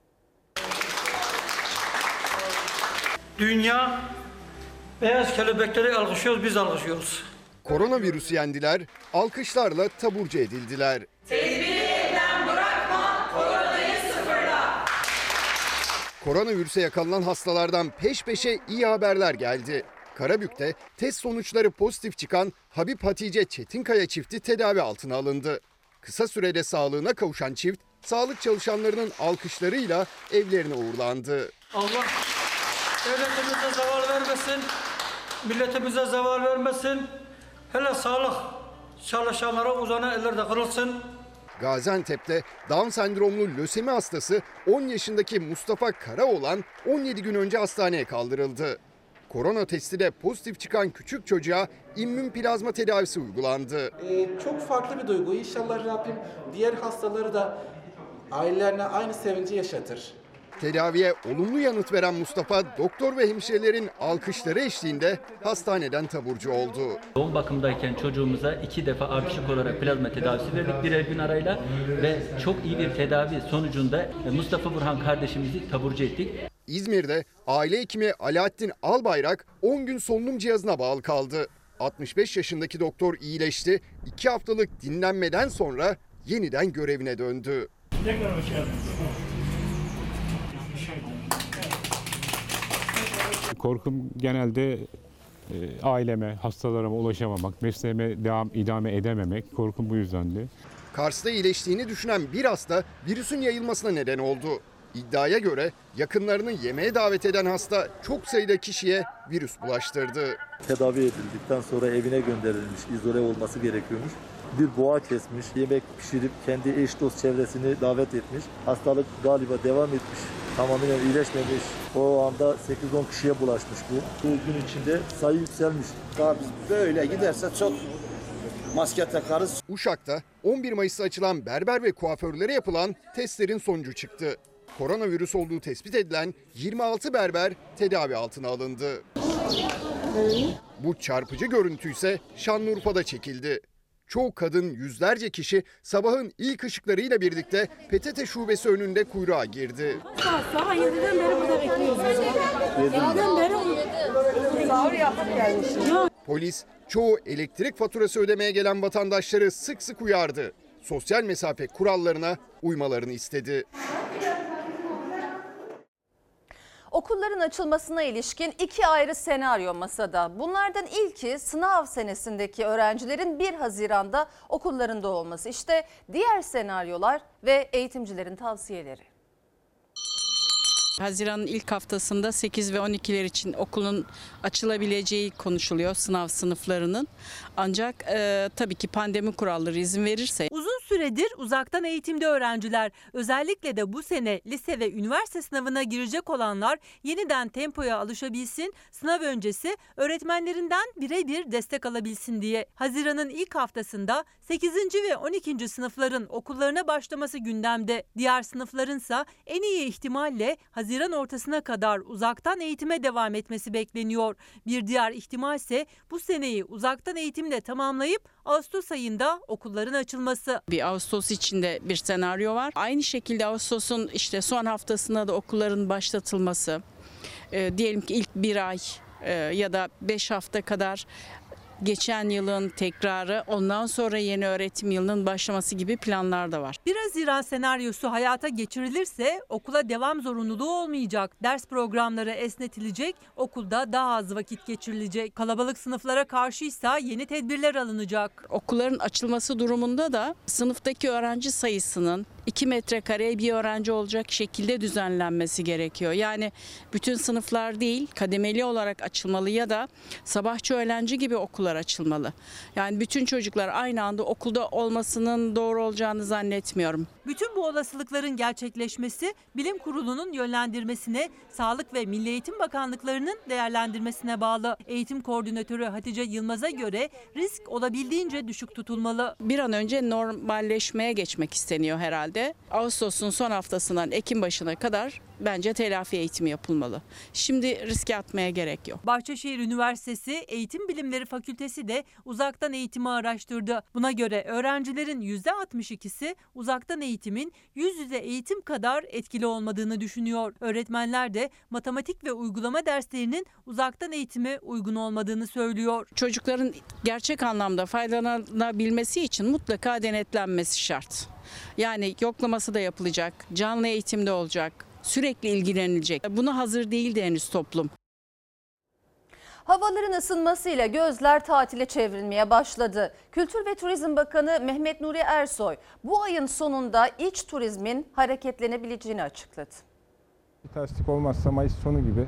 Dünya beyaz kelebekleri alkışlıyoruz, biz alkışlıyoruz. Koronavirüsü yendiler, alkışlarla taburcu edildiler. Tedbiri elden bırakma, koronayı sıfırla. Koronavirüse yakalanan hastalardan peş peşe iyi haberler geldi. Karabük'te test sonuçları pozitif çıkan Habib Hatice Çetinkaya çifti tedavi altına alındı. Kısa sürede sağlığına kavuşan çift, sağlık çalışanlarının alkışlarıyla evlerine uğurlandı. Allah devletimize zeval vermesin, milletimize zeval vermesin. Hele sağlık çalışanlara uzanan eller de kırılsın. Gaziantep'te Down sendromlu lösemi hastası 10 yaşındaki Mustafa Karaoğlan 17 gün önce hastaneye kaldırıldı. Korona testi de pozitif çıkan küçük çocuğa immün plazma tedavisi uygulandı. Çok farklı bir duygu. İnşallah Rabbim diğer hastaları da ailelerine aynı sevinci yaşatır. Tedaviye olumlu yanıt veren Mustafa, doktor ve hemşirelerin alkışları eşliğinde hastaneden taburcu oldu. Yoğun bakımdayken çocuğumuza 2 defa ardışık olarak plazma tedavisi verdik birer gün arayla ve çok iyi bir tedavi sonucunda Mustafa Burhan kardeşimizi taburcu ettik. İzmir'de aile hekimi Alaaddin Albayrak 10 gün solunum cihazına bağlı kaldı. 65 yaşındaki doktor iyileşti. 2 haftalık dinlenmeden sonra yeniden görevine döndü. Korkum genelde aileme, hastalarıma ulaşamamak, mesleğime idame edememek. Korkum bu yüzdendi. Kars'ta iyileştiğini düşünen bir hasta virüsün yayılmasına neden oldu. İddiaya göre yakınlarını yemeğe davet eden hasta çok sayıda kişiye virüs bulaştırdı. Tedavi edildikten sonra evine gönderilmiş, izole olması gerekiyormuş. Bir boğa kesmiş, yemek pişirip kendi eş dost çevresini davet etmiş. Hastalık galiba devam etmiş, tamamen iyileşmemiş. O anda 8-10 kişiye bulaşmış bu. Bu gün içinde sayı yükselmiş. Daha böyle giderse çok maske takarız. Uşak'ta 11 Mayıs'ta açılan berber ve kuaförlere yapılan testlerin sonucu çıktı. Koronavirüs olduğu tespit edilen 26 berber tedavi altına alındı. Bu çarpıcı görüntü ise Şanlıurfa'da çekildi. Çoğu kadın, yüzlerce kişi sabahın ilk ışıklarıyla birlikte PTT şubesi önünde kuyruğa girdi. Sabah 7'den beri burada bekliyoruz. 7'den beri sahur yapıp gelmişiz. Polis çoğu elektrik faturası ödemeye gelen vatandaşları sık sık uyardı. Sosyal mesafe kurallarına uymalarını istedi. Okulların açılmasına ilişkin 2 ayrı senaryo masada. Bunlardan ilki sınav senesindeki öğrencilerin 1 Haziran'da okullarında olması. İşte diğer senaryolar ve eğitimcilerin tavsiyeleri. Haziran'ın ilk haftasında 8 ve 12'ler için okulun açılabileceği konuşuluyor, sınav sınıflarının. Ancak tabii ki pandemi kuralları izin verirse. Uzun süredir uzaktan eğitimde öğrenciler, özellikle de bu sene lise ve üniversite sınavına girecek olanlar yeniden tempoya alışabilsin, sınav öncesi öğretmenlerinden birebir destek alabilsin diye. Haziran'ın ilk haftasında 8. ve 12. sınıfların okullarına başlaması gündemde. Diğer sınıflarınsa en iyi ihtimalle Haziran ortasına kadar uzaktan eğitime devam etmesi bekleniyor. Bir diğer ihtimal ise bu seneyi uzaktan eğitimle tamamlayıp Ağustos ayında okulların açılması. Bir Ağustos içinde bir senaryo var. Aynı şekilde Ağustos'un işte son haftasında da okulların başlatılması. Diyelim ki ilk bir ay ya da 5 hafta kadar geçen yılın tekrarı, ondan sonra yeni öğretim yılının başlaması gibi planlar da var. 1 Haziran senaryosu hayata geçirilirse okula devam zorunluluğu olmayacak. Ders programları esnetilecek, okulda daha az vakit geçirilecek. Kalabalık sınıflara karşıysa yeni tedbirler alınacak. Okulların açılması durumunda da sınıftaki öğrenci sayısının 2 metrekareye bir öğrenci olacak şekilde düzenlenmesi gerekiyor. Yani bütün sınıflar değil, kademeli olarak açılmalı ya da sabahçı öğlenci gibi okullar açılmalı. Yani bütün çocuklar aynı anda okulda olmasının doğru olacağını zannetmiyorum. Bütün bu olasılıkların gerçekleşmesi Bilim Kurulu'nun yönlendirmesine, Sağlık ve Milli Eğitim Bakanlıklarının değerlendirmesine bağlı. Eğitim Koordinatörü Hatice Yılmaz'a göre risk olabildiğince düşük tutulmalı. Bir an önce normalleşmeye geçmek isteniyor herhalde. Ağustos'un son haftasından Ekim başına kadar bence telafi eğitimi yapılmalı. Şimdi riske atmaya gerek yok. Bahçeşehir Üniversitesi Eğitim Bilimleri Fakültesi de uzaktan eğitimi araştırdı. Buna göre öğrencilerin %62'si uzaktan eğitimin yüz yüze eğitim kadar etkili olmadığını düşünüyor. Öğretmenler de matematik ve uygulama derslerinin uzaktan eğitime uygun olmadığını söylüyor. Çocukların gerçek anlamda faydalanabilmesi için mutlaka denetlenmesi şart. Yani yoklaması da yapılacak, canlı eğitimde olacak, sürekli ilgilenilecek. Buna hazır değildi henüz toplum. Havaların ısınmasıyla gözler tatile çevrilmeye başladı. Kültür ve Turizm Bakanı Mehmet Nuri Ersoy bu ayın sonunda iç turizmin hareketlenebileceğini açıkladı. Bir terslik olmazsa Mayıs sonu gibi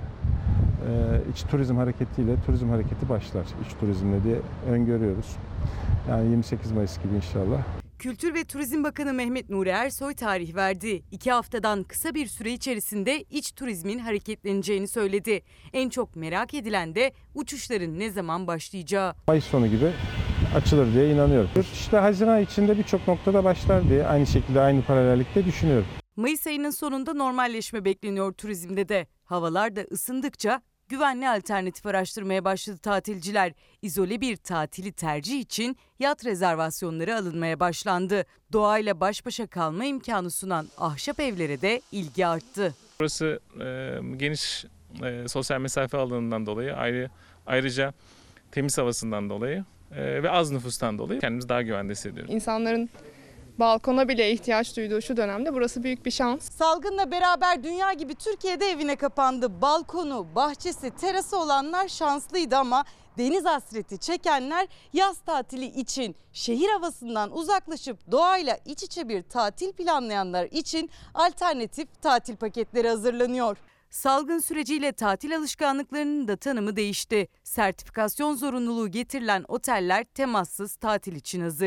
iç turizm hareketiyle turizm hareketi başlar. İç turizmle diye öngörüyoruz. Yani 28 Mayıs gibi inşallah. Kültür ve Turizm Bakanı Mehmet Nuri Ersoy tarih verdi. 2 haftadan kısa bir süre içerisinde iç turizmin hareketleneceğini söyledi. En çok merak edilen de uçuşların ne zaman başlayacağı. Mayıs sonu gibi açılır diye inanıyorum. İşte Haziran içinde birçok noktada başlar diye aynı şekilde aynı paralellikte düşünüyorum. Mayıs ayının sonunda normalleşme bekleniyor turizmde de. Havalar da ısındıkça güvenli alternatif araştırmaya başladı tatilciler. İzole bir tatili tercih için yat rezervasyonları alınmaya başlandı. Doğayla baş başa kalma imkanı sunan ahşap evlere de ilgi arttı. Burası geniş sosyal mesafe alanından dolayı ayrıca temiz havasından dolayı ve az nüfustan dolayı kendimizi daha güvende hissediyoruz. İnsanların balkona bile ihtiyaç duyduğu şu dönemde burası büyük bir şans. Salgınla beraber dünya gibi Türkiye'de evine kapandı. Balkonu, bahçesi, terası olanlar şanslıydı ama deniz hasreti çekenler yaz tatili için şehir havasından uzaklaşıp doğayla iç içe bir tatil planlayanlar için alternatif tatil paketleri hazırlanıyor. Salgın süreciyle tatil alışkanlıklarının da tanımı değişti. Sertifikasyon zorunluluğu getirilen oteller temassız tatil için hazır.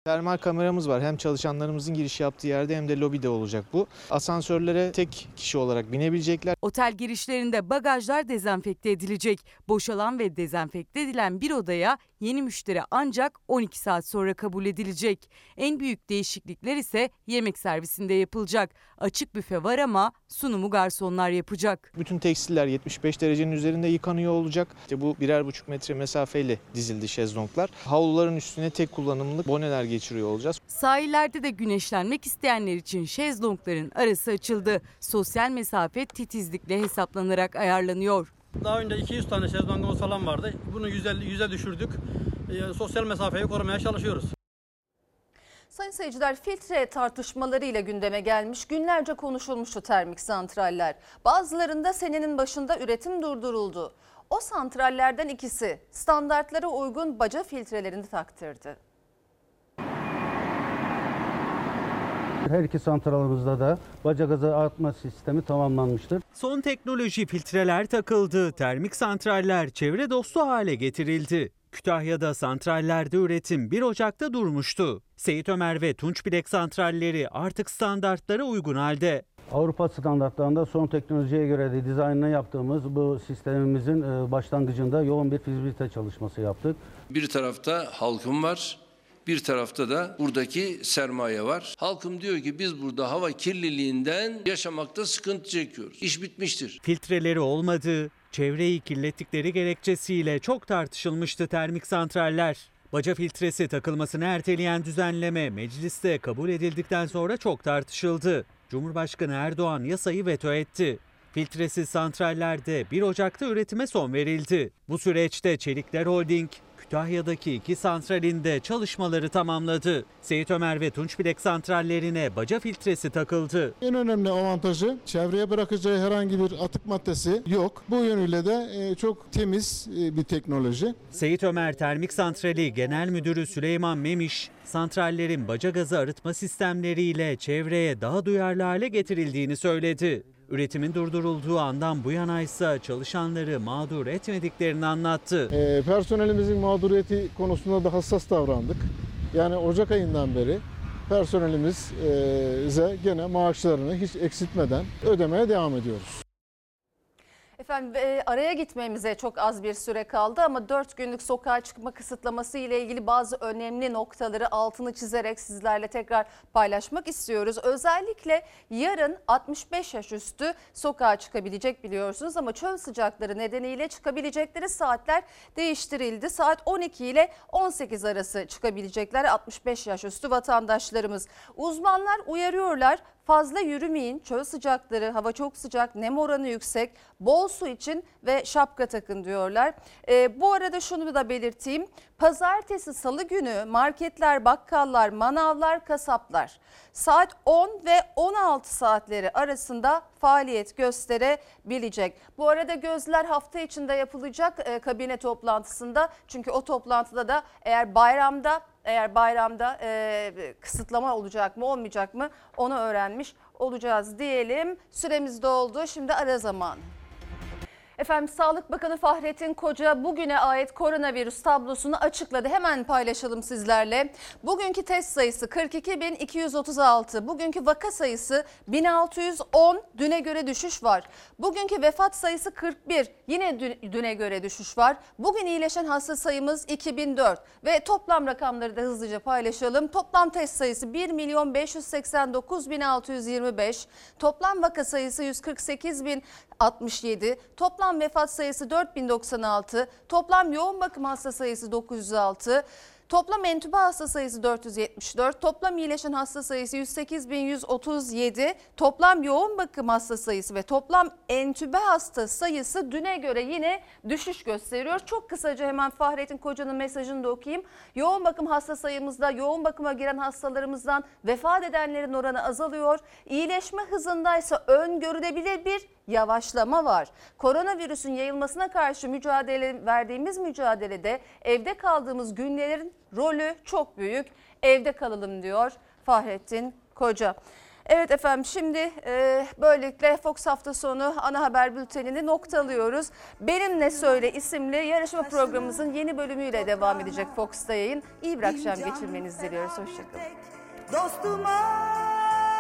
Termal kameramız var. Hem çalışanlarımızın giriş yaptığı yerde hem de lobide olacak bu. Asansörlere tek kişi olarak binebilecekler. Otel girişlerinde bagajlar dezenfekte edilecek. Boşalan ve dezenfekte edilen bir odaya yeni müşteri ancak 12 saat sonra kabul edilecek. En büyük değişiklikler ise yemek servisinde yapılacak. Açık büfe var ama sunumu garsonlar yapacak. Bütün tekstiller 75 derecenin üzerinde yıkanıyor olacak. İşte bu 1,5 metre mesafeyle dizildi şezlonglar. Havluların üstüne tek kullanımlık boneler geçiriyor olacağız. Sahillerde de güneşlenmek isteyenler için şezlongların arası açıldı. Sosyal mesafe titizlikle hesaplanarak ayarlanıyor. Daha önce 200 tane şezlongumuz falan vardı. Bunu 100'e düşürdük. Sosyal mesafeyi korumaya çalışıyoruz. Sayın seyirciler, filtre tartışmalarıyla gündeme gelmiş, günlerce konuşulmuştu termik santraller. Bazılarında senenin başında üretim durduruldu. O santrallerden ikisi standartlara uygun baca filtrelerini taktırdı. Her iki santralımızda da baca gazı arıtma sistemi tamamlanmıştır. Son teknoloji filtreler takıldı. Termik santraller çevre dostu hale getirildi. Kütahya'da santrallerde üretim 1 Ocak'ta durmuştu. Seyit Ömer ve Tunçbilek santralleri artık standartlara uygun halde. Avrupa standartlarında son teknolojiye göre de dizaynını yaptığımız bu sistemimizin başlangıcında yoğun bir fizibilite çalışması yaptık. Bir tarafta halkım var, bir tarafta da buradaki sermaye var. Halkım diyor ki biz burada hava kirliliğinden yaşamakta sıkıntı çekiyoruz. İş bitmiştir. Filtreleri olmadığı, çevreyi kirlettikleri gerekçesiyle çok tartışılmıştı termik santraller. Baca filtresi takılmasını erteleyen düzenleme mecliste kabul edildikten sonra çok tartışıldı. Cumhurbaşkanı Erdoğan yasayı veto etti. Filtresiz santrallerde 1 Ocak'ta üretime son verildi. Bu süreçte Çelikler Holding, Kütahya'daki 2 santralinde çalışmaları tamamladı. Seyit Ömer ve Tunçbilek santrallerine baca filtresi takıldı. En önemli avantajı çevreye bırakacağı herhangi bir atık maddesi yok. Bu yönüyle de çok temiz bir teknoloji. Seyit Ömer Termik Santrali Genel Müdürü Süleyman Memiş, santrallerin baca gazı arıtma sistemleriyle çevreye daha duyarlı hale getirildiğini söyledi. Üretimin durdurulduğu andan bu yana ise çalışanları mağdur etmediklerini anlattı. Personelimizin mağduriyeti konusunda da hassas davrandık. Yani Ocak ayından beri personelimize gene maaşlarını hiç eksiltmeden ödemeye devam ediyoruz. Efendim araya gitmemize çok az bir süre kaldı ama 4 günlük sokağa çıkma kısıtlaması ile ilgili bazı önemli noktaları altını çizerek sizlerle tekrar paylaşmak istiyoruz. Özellikle yarın 65 yaş üstü sokağa çıkabilecek biliyorsunuz ama çöl sıcakları nedeniyle çıkabilecekleri saatler değiştirildi. Saat 12 ile 18 arası çıkabilecekler 65 yaş üstü vatandaşlarımız. Uzmanlar uyarıyorlar. Fazla yürümeyin, çöl sıcakları, hava çok sıcak, nem oranı yüksek, bol su için ve şapka takın diyorlar. Bu arada şunu da belirteyim. Pazartesi, salı günü marketler, bakkallar, manavlar, kasaplar saat 10 ve 16 saatleri arasında faaliyet gösterebilecek. Bu arada gözler hafta içinde yapılacak kabine toplantısında. Çünkü o toplantıda da eğer bayramda kısıtlama olacak mı olmayacak mı onu öğrenmiş olacağız diyelim. Süremiz doldu. Şimdi ara zamanı. Efendim Sağlık Bakanı Fahrettin Koca bugüne ait koronavirüs tablosunu açıkladı. Hemen paylaşalım sizlerle. Bugünkü test sayısı 42.236. Bugünkü vaka sayısı 1610. Düne göre düşüş var. Bugünkü vefat sayısı 41. Yine düne göre düşüş var. Bugün iyileşen hasta sayımız 2004. Ve toplam rakamları da hızlıca paylaşalım. Toplam test sayısı 1.589.625. Toplam vaka sayısı 148.067. Toplam vefat sayısı 4096, toplam yoğun bakım hasta sayısı 906, toplam entübe hasta sayısı 474, toplam iyileşen hasta sayısı 108.137, toplam yoğun bakım hasta sayısı ve toplam entübe hasta sayısı düne göre yine düşüş gösteriyor. Çok kısaca hemen Fahrettin Koca'nın mesajını da okuyayım. Yoğun bakım hasta sayımızda yoğun bakıma giren hastalarımızdan vefat edenlerin oranı azalıyor. İyileşme hızındaysa öngörülebilir bir yavaşlama var. Koronavirüsün yayılmasına karşı verdiğimiz mücadelede evde kaldığımız günlerin rolü çok büyük. Evde kalalım diyor Fahrettin Koca. Evet efendim, şimdi böylelikle Fox hafta sonu ana haber bültenini noktalıyoruz. Benimle Söyle isimli yarışma programımızın yeni bölümüyle devam edecek Fox'ta yayın. İyi bir akşam geçirmenizi diliyoruz. Hoşçakalın. Dostuma